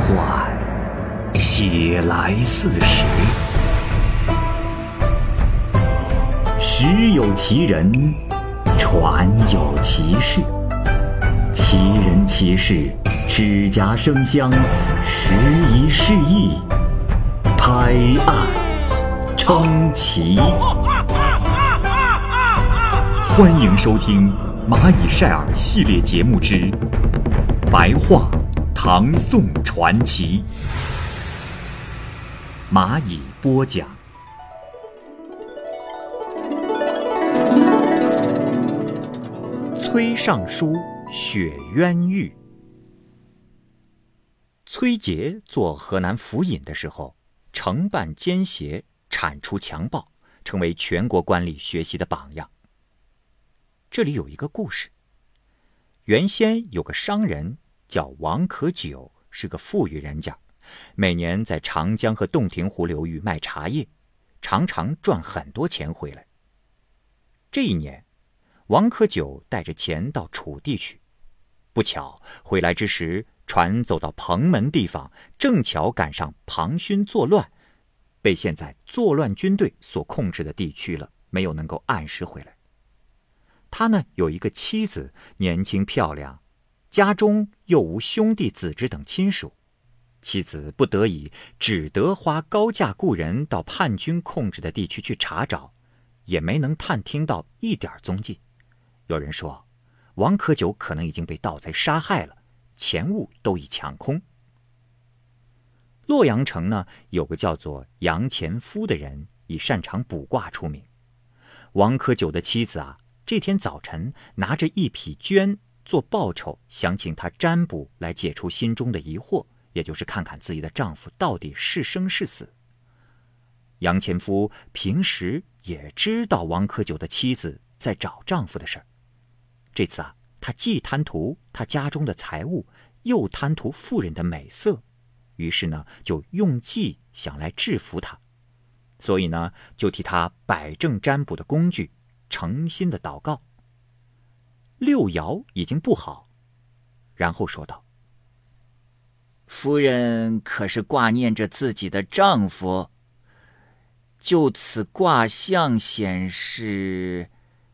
幻，写来似实。时有其人，传有其事。其人其事，指甲生香，时移世易，拍案称奇。欢迎收听蚂蚁晒尔系列节目之白话唐宋传奇。蚂蚁播讲。崔尚书雪冤狱。崔杰做河南府尹的时候，承办奸邪，铲除强暴，成为全国官吏学习的榜样。这里有一个故事。原先有个商人叫王可久，是个富裕人家，每年在长江和洞庭湖流域卖茶叶，常常赚很多钱回来。这一年，王可久带着钱到楚地去，不巧回来之时，船走到蓬门地方，正巧赶上庞勋作乱，被现在作乱军队所控制的地区了，没有能够按时回来。他呢，有一个妻子，年轻漂亮，家中又无兄弟子侄等亲属，妻子不得已只得花高价雇人到叛军控制的地区去查找，也没能探听到一点踪迹。有人说，王可久可能已经被盗贼杀害了，钱物都已抢空。洛阳城呢，有个叫做杨前夫的人，以擅长卜卦出名。王可久的妻子啊，这天早晨拿着一匹绢做报酬，想请他占卜来解除心中的疑惑，也就是看看自己的丈夫到底是生是死。杨前夫平时也知道王可久的妻子在找丈夫的事儿，这次啊，他既贪图他家中的财物，又贪图妇人的美色，于是呢，就用计想来制服他。所以呢，就替他摆正占卜的工具，诚心的祷告。六爻已经布好，然后说道： 夫人可是挂念着自己的丈夫？就此卦象显示，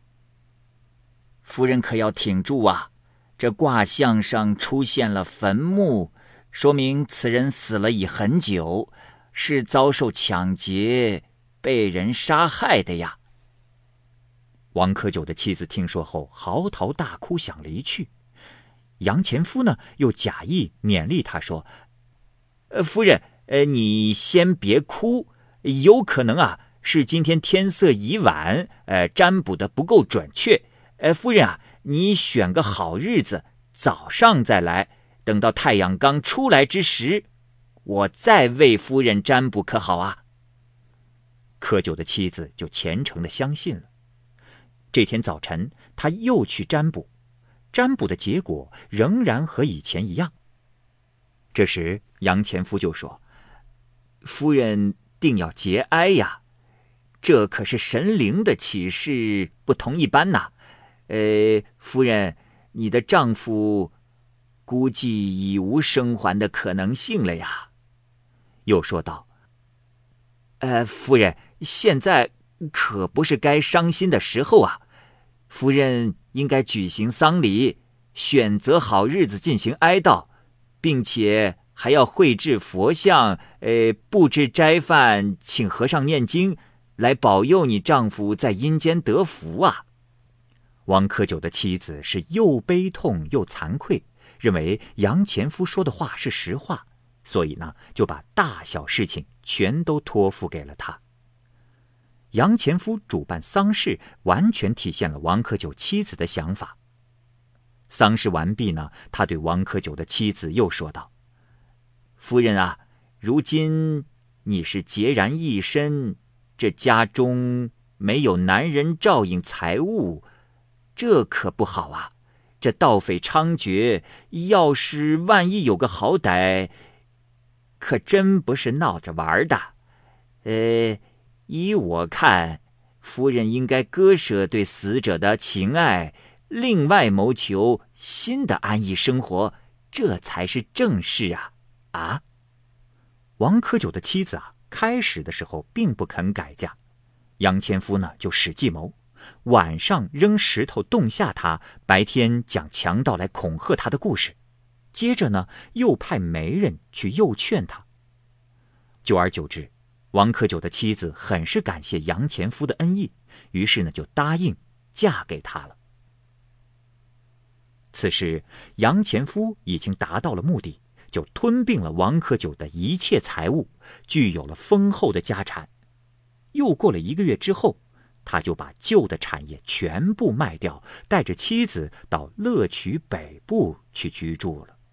夫人可要挺住啊！这卦象上出现了坟墓，说明此人死了已很久，是遭受抢劫，被人杀害的呀。 王可久的妻子听说后，嚎啕大哭，想离去。杨前夫呢，又假意勉励他说： 夫人，你先别哭，有可能啊，是今天天色已晚，占卜的不够准确。夫人啊，你选个好日子，早上再来，等到太阳刚出来之时，我再为夫人占卜，可好啊？ 可久的妻子就虔诚地相信了。这天早晨，他又去占卜，占卜的结果仍然和以前一样。这时杨前夫就说： 夫人定要节哀呀，这可是神灵的启示，不同一般呐。夫人，你的丈夫估计已无生还的可能性了呀。 又说道： 夫人，现在可不是该伤心的时候啊。夫人应该举行丧礼，选择好日子进行哀悼，并且还要绘制佛像，布置斋饭，请和尚念经，来保佑你丈夫在阴间得福啊。 王可久的妻子是又悲痛又惭愧，认为杨前夫说的话是实话，所以呢，就把大小事情全都托付给了他。杨前夫主办丧事，完全体现了王可久妻子的想法。丧事完毕呢，他对王可久的妻子又说道： 夫人啊，如今你是孑然一身，这家中没有男人照应财物，这可不好啊。这盗匪猖獗，要是万一有个好歹，可真不是闹着玩的。依我看，夫人应该割舍对死者的情爱，另外谋求新的安逸生活，这才是正事啊。 啊，王可久的妻子开始的时候并不肯改嫁，杨前夫呢就使计谋，晚上扔石头冻吓他，白天讲强盗来恐吓他的故事，接着呢又派媒人去诱劝他。久而久之，王可久的妻子很是感谢杨前夫的恩义，于是呢就答应嫁给他了。此时杨前夫已经达到了目的，就吞并了王可久的一切财物，具有了丰厚的家产。又过了1个月之后，他就把旧的产业全部卖掉，带着妻子到乐曲北部去居住了。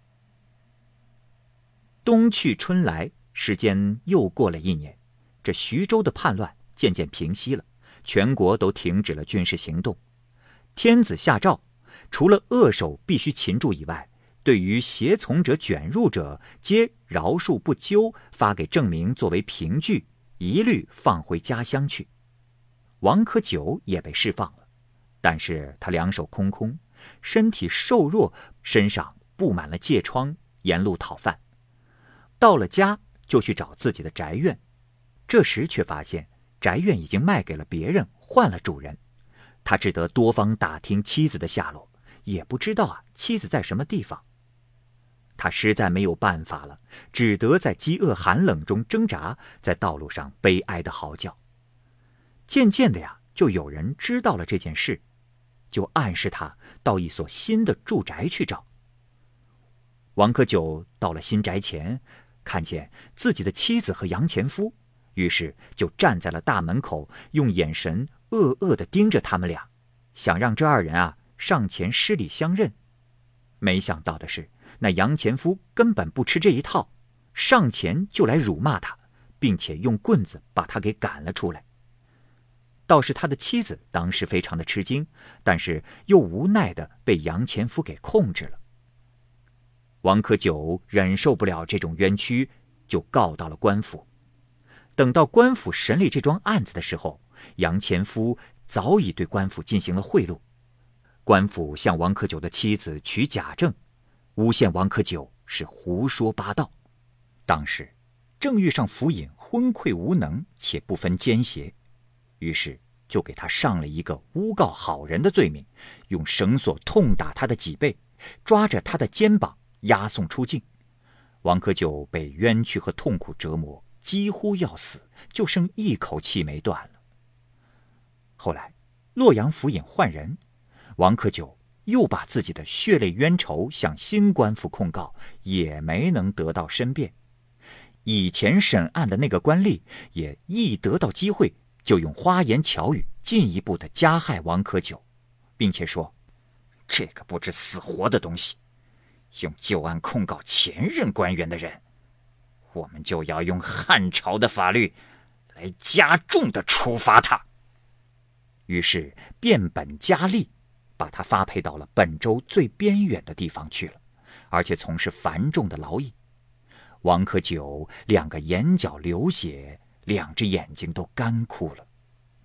冬去春来，时间又过了1年，这徐州的叛乱渐渐平息了，全国都停止了军事行动。天子下诏，除了扼守必须擒住以外，对于胁从者、卷入者，皆饶恕不究，发给证明作为凭据，一律放回家乡去。王可久也被释放了，但是他两手空空，身体瘦弱，身上布满了疥疮，沿路讨饭。到了家就去找自己的宅院，这时却发现宅院已经卖给了别人，换了主人。他只得多方打听妻子的下落，也不知道妻子在什么地方。他实在没有办法了，只得在饥饿寒冷中挣扎，在道路上悲哀地嚎叫。渐渐的就有人知道了这件事，就暗示他到一所新的住宅去找。王可久到了新宅前，看见自己的妻子和杨前夫，于是就站在了大门口，用眼神恶恶地盯着他们俩，想让这2人上前施礼相认。没想到的是，那杨前夫根本不吃这一套，上前就来辱骂他，并且用棍子把他给赶了出来。倒是他的妻子当时非常的吃惊，但是又无奈地被杨前夫给控制了。王可久忍受不了这种冤屈，就告到了官府。等到官府审理这桩案子的时候，杨前夫早已对官府进行了贿赂。官府向王可久的妻子取假证，诬陷王可久是胡说八道。当时正遇上府尹昏聩无能，且不分奸邪，于是就给他上了一个诬告好人的罪名，用绳索痛打他的脊背，抓着他的肩膀押送出境。王可久被冤屈和痛苦折磨，几乎要死，就剩一口气没断了。后来洛阳府尹换人，王可久又把自己的血泪冤仇向新官府控告，也没能得到申辩。以前审案的那个官吏也一得到机会，就用花言巧语进一步的加害王可久，并且说，这个不知死活的东西，用旧案控告前任官员的人，我们就要用汉朝的法律来加重的处罚他。于是变本加厉，把他发配到了本州最边远的地方去了，而且从事繁重的劳役。王可久2个眼角流血，2只眼睛都干枯了。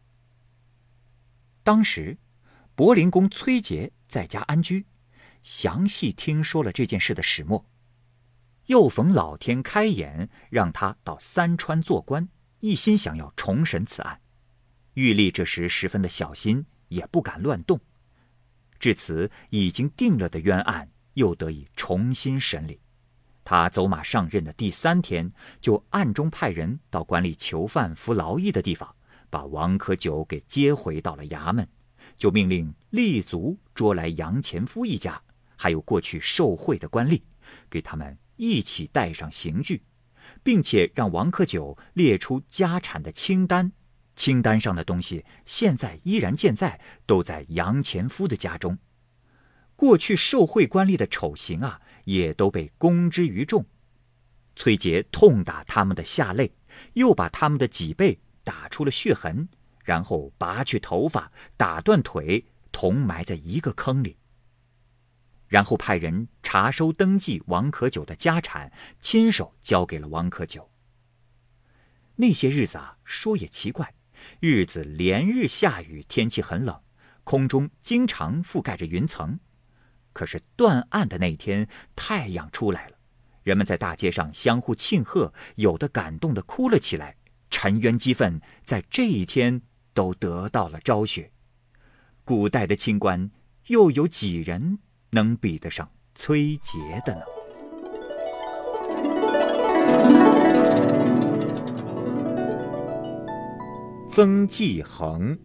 当时柏林公崔杰在家安居，详细听说了这件事的始末，又逢老天开眼，让他到三川做官，一心想要重审此案。玉立这时十分的小心，也不敢乱动。至此已经定了的冤案又得以重新审理。他走马上任的第3天，就暗中派人到官吏囚犯服劳役的地方，把王可久给接回到了衙门，就命令立足捉来杨前夫一家，还有过去受贿的官吏，给他们一起带上刑具，并且让王可久列出家产的清单，清单上的东西现在依然健在，都在杨前夫的家中。过去受贿官吏的丑行也都被公之于众。崔杰痛打他们的下肋，又把他们的脊背打出了血痕，然后拔去头发，打断腿，同埋在一个坑里。然后派人查收登记王可久的家产，亲手交给了王可久。那些日子说也奇怪，日子连日下雨，天气很冷，空中经常覆盖着云层。可是断案的那天，太阳出来了， 人们在大街上相互庆贺，有的感动地哭了起来。沉冤激愤在这一天都得到了昭雪。古代的清官又有几人能比得上崔洁的呢？曾纪恒。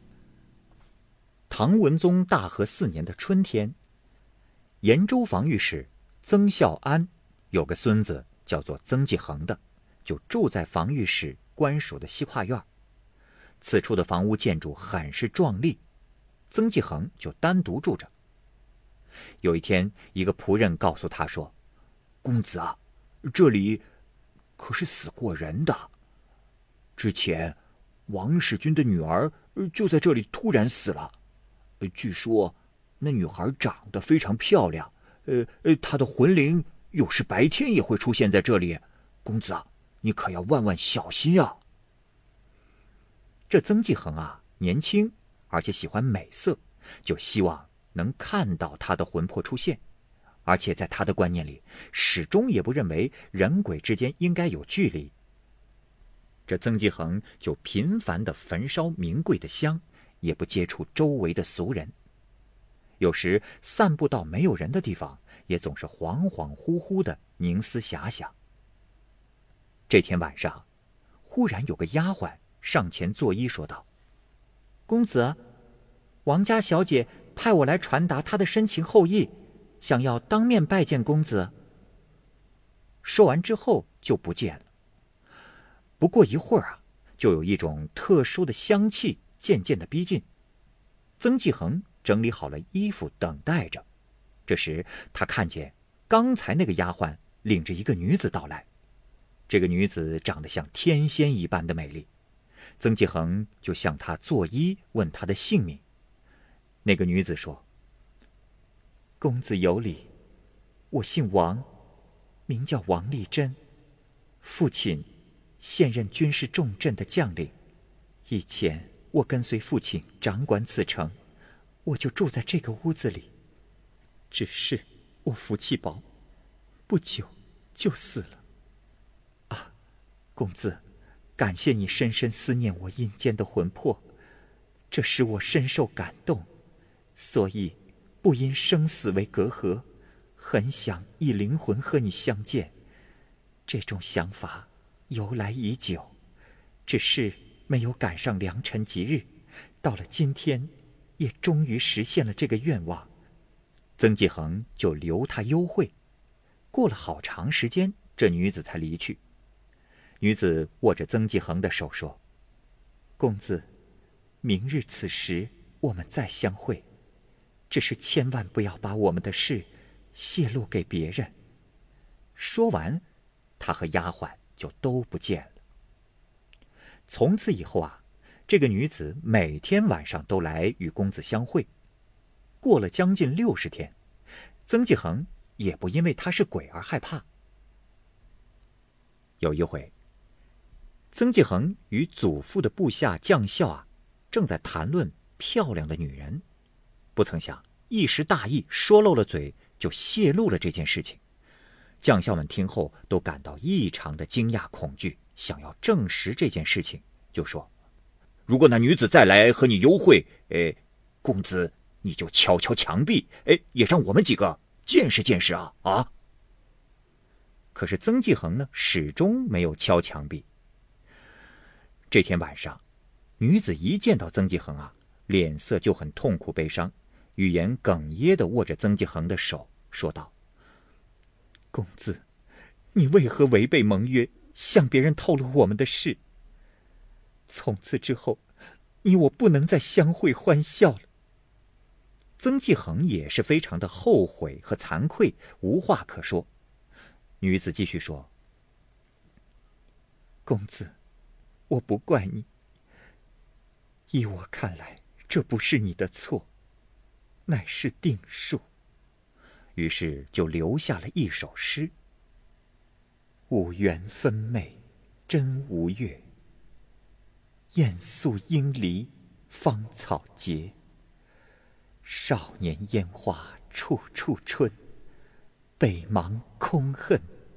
唐文宗大和4年的春天，延州防御使曾孝安有个孙子叫做曾纪恒的，就住在防御使官署的西跨院。此处的房屋建筑很是壮丽，曾纪恒就单独住着。有一天，一个仆人告诉他说：“公子啊，这里可是死过人的。之前王世军的女儿就在这里突然死了。据说那女孩长得非常漂亮，她的魂灵有时白天也会出现在这里。公子啊，你可要万万小心啊！”这曾纪恒啊，年轻而且喜欢美色，就希望能看到他的魂魄出现，而且在他的观念里，始终也不认为人鬼之间应该有距离。这曾纪恒就频繁地焚烧名贵的香，也不接触周围的俗人。有时散步到没有人的地方，也总是恍恍惚惚地凝思遐想。这天晚上，忽然有个丫鬟上前作揖说道：“公子，王家小姐派我来传达她的深情厚意，想要当面拜见公子。”说完之后就不见了。不过一会儿啊，就有一种特殊的香气渐渐地逼近。曾纪恒整理好了衣服等待着。这时他看见刚才那个丫鬟领着一个女子到来，这个女子长得像天仙一般的美丽。曾纪恒就向她作揖，问她的姓名。那个女子说：“公子有礼，我姓王，名叫王丽珍，父亲现任军事重镇的将领。以前我跟随父亲掌管此城，我就住在这个屋子里。只是我福气薄，不久就死了。啊，公子，感谢你深深思念我阴间的魂魄，这使我深受感动，所以不因生死为隔阂，很想以灵魂和你相见。这种想法由来已久，只是没有赶上良辰吉日，到了今天也终于实现了这个愿望。”曾纪恒就留他幽会。过了好长时间，这女子才离去。女子握着曾纪恒的手说：“公子，明日此时我们再相会，只是千万不要把我们的事泄露给别人。”说完，他和丫鬟就都不见了。从此以后啊，这个女子每天晚上都来与公子相会。过了将近60天，曾纪恒也不因为他是鬼而害怕。有一回，曾纪恒与祖父的部下将校啊，正在谈论漂亮的女人，不曾想一时大意，说漏了嘴，就泄露了这件事情。将校们听后都感到异常的惊讶恐惧，想要证实这件事情，就说：“如果那女子再来和你幽会，公子你就敲敲墙壁，也让我们几个见识见识啊！”可是曾纪恒呢，始终没有敲墙壁。这天晚上，女子一见到曾纪恒啊，脸色就很痛苦悲伤，语言哽咽地握着曾纪恒的手，说道：“公子，你为何违背盟约，向别人透露我们的事？从此之后，你我不能再相会欢笑了。”曾纪恒也是非常的后悔和惭愧，无话可说。女子继续说：“公子，我不怪你。依我看来，这不是你的错，乃是定数。”于是就留下了一首诗：“五原分媚真无月，艳素英离芳草节。少年烟花处处春，北邙空恨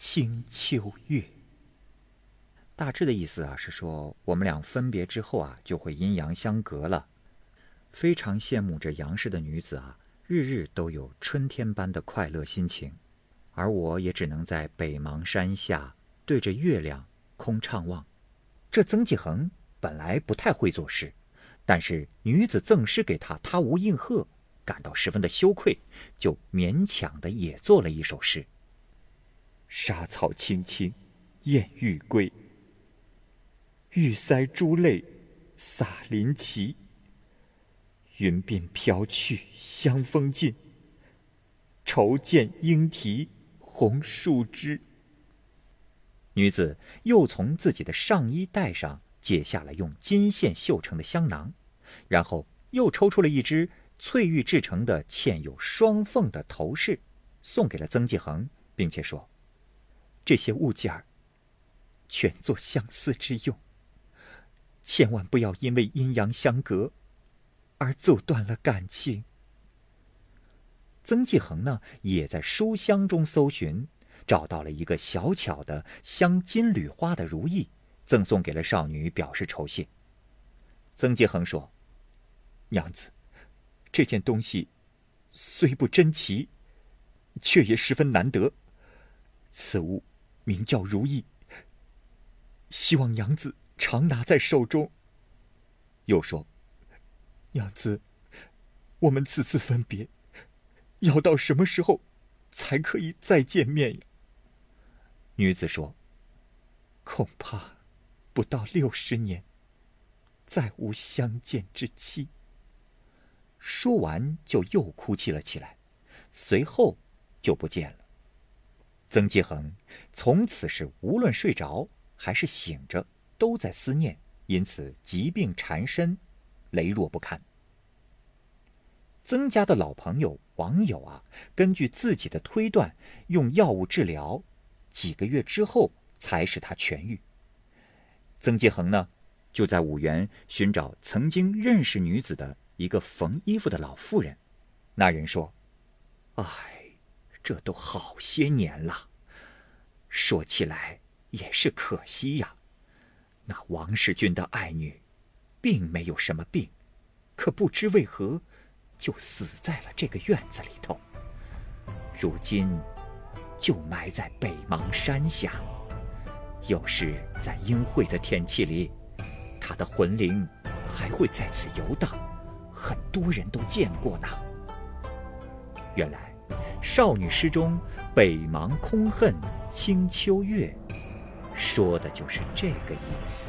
清秋月。大致的意思是说，我们俩分别之后就会阴阳相隔了。非常羡慕这杨氏的女子日日都有春天般的快乐心情，而我也只能在北邙山下对着月亮空怅望。这曾纪恒本来不太会作诗，但是女子赠诗给他，他无应和，感到十分的羞愧，就勉强的也做了一首诗：沙草青青燕欲归，玉腮珠泪洒林旗。云鬓飘去香风尽，愁见莺啼红树枝。女子又从自己的上衣带上解下了用金线绣成的香囊，然后又抽出了一只翠玉制成的嵌有双凤的头饰，送给了曾纪恒，并且说：这些物件全做相思之用，千万不要因为阴阳相隔而阻断了感情。曾纪恒呢，也在书箱中搜寻，找到了一个小巧的镶金缕花的如意，赠送给了少女，表示酬谢。曾纪恒说：娘子，这件东西虽不珍奇，却也十分难得。此物名叫如意，希望娘子常拿在手中。又说：娘子，我们此次分别，要到什么时候才可以再见面呀？女子说：恐怕不到60年，再无相见之期。说完就又哭泣了起来，随后就不见了。曾纪恒从此是无论睡着还是醒着都在思念，因此疾病缠身，羸弱不堪。曾家的老朋友王友根据自己的推断，用药物治疗，几个月之后才使他痊愈。曾纪恒呢，就在五原寻找曾经认识女子的一个缝衣服的老妇人。那人说：哎，这都好些年了，说起来也是可惜呀。那王世军的爱女并没有什么病，可不知为何就死在了这个院子里头，如今就埋在北邙山下。有时在阴晦的天气里，他的魂灵还会在此游荡，很多人都见过呢。原来少女诗中北邙空恨清秋月，说的就是这个意思。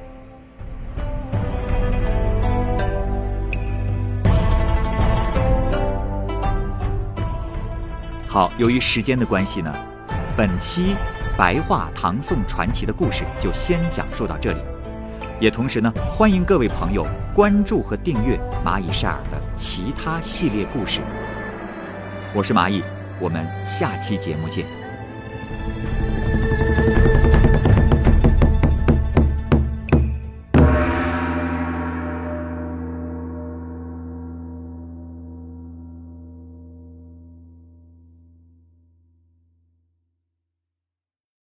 好，由于时间的关系呢，本期白话唐宋传奇的故事就先讲述到这里。也同时呢，欢迎各位朋友关注和订阅蚂蚁晒尔的其他系列故事。我是蚂蚁，我们下期节目见。